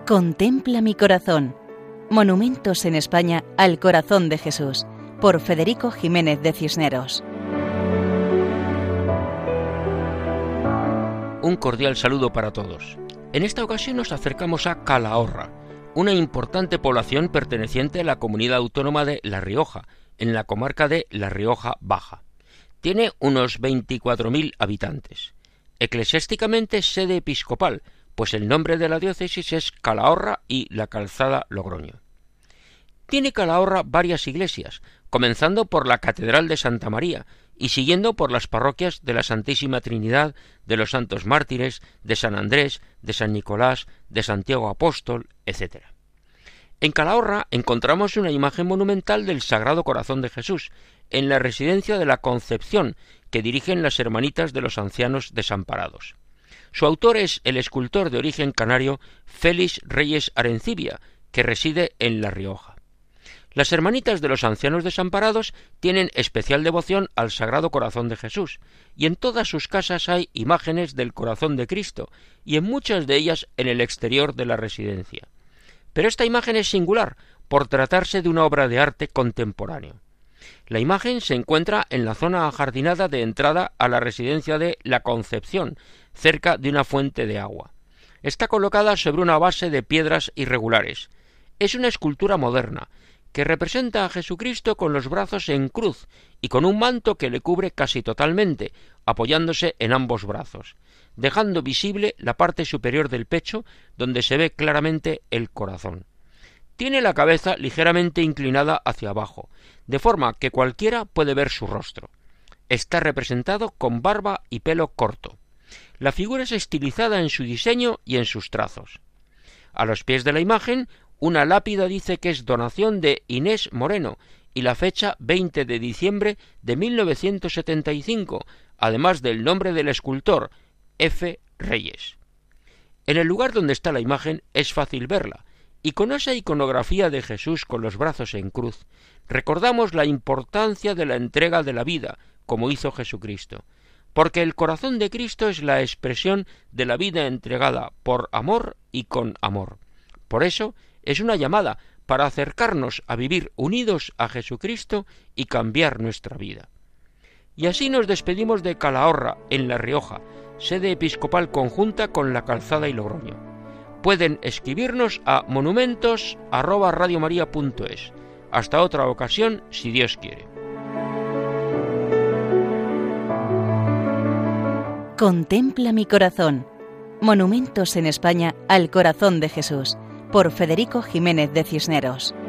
Contempla mi corazón. Monumentos en España al corazón de Jesús, por Federico Jiménez de Cisneros. Un cordial saludo para todos. En esta ocasión nos acercamos a Calahorra, una importante población perteneciente a la comunidad autónoma de La Rioja, en la comarca de La Rioja Baja. Tiene unos 24.000 habitantes. Eclesiásticamente es sede episcopal, pues el nombre de la diócesis es Calahorra y la Calzada Logroño. Tiene Calahorra varias iglesias, comenzando por la Catedral de Santa María y siguiendo por las parroquias de la Santísima Trinidad, de los Santos Mártires, de San Andrés, de San Nicolás, de Santiago Apóstol, etc. En Calahorra encontramos una imagen monumental del Sagrado Corazón de Jesús, en la residencia de la Concepción, que dirigen las Hermanitas de los Ancianos Desamparados. Su autor es el escultor de origen canario Félix Reyes Arencibia, que reside en La Rioja. Las Hermanitas de los Ancianos Desamparados tienen especial devoción al Sagrado Corazón de Jesús, y en todas sus casas hay imágenes del Corazón de Cristo, y en muchas de ellas en el exterior de la residencia. Pero esta imagen es singular, por tratarse de una obra de arte contemporáneo. La imagen se encuentra en la zona ajardinada de entrada a la residencia de La Concepción, cerca de una fuente de agua. Está colocada sobre una base de piedras irregulares. Es una escultura moderna, que representa a Jesucristo con los brazos en cruz y con un manto que le cubre casi totalmente, apoyándose en ambos brazos, dejando visible la parte superior del pecho, donde se ve claramente el corazón. Tiene la cabeza ligeramente inclinada hacia abajo, de forma que cualquiera puede ver su rostro. Está representado con barba y pelo corto. La figura es estilizada en su diseño y en sus trazos. A los pies de la imagen, una lápida dice que es donación de Inés Moreno y la fecha 20 de diciembre de 1975, además del nombre del escultor, F. Reyes. En el lugar donde está la imagen es fácil verla, y con esa iconografía de Jesús con los brazos en cruz, recordamos la importancia de la entrega de la vida, como hizo Jesucristo, porque el corazón de Cristo es la expresión de la vida entregada por amor y con amor. Por eso es una llamada para acercarnos a vivir unidos a Jesucristo y cambiar nuestra vida. Y así nos despedimos de Calahorra, en La Rioja, sede episcopal conjunta con la Calzada y Logroño. Pueden escribirnos a monumentos@radiomaria.es. Hasta otra ocasión, si Dios quiere. Contempla mi corazón. Monumentos en España al corazón de Jesús, por Federico Jiménez de Cisneros.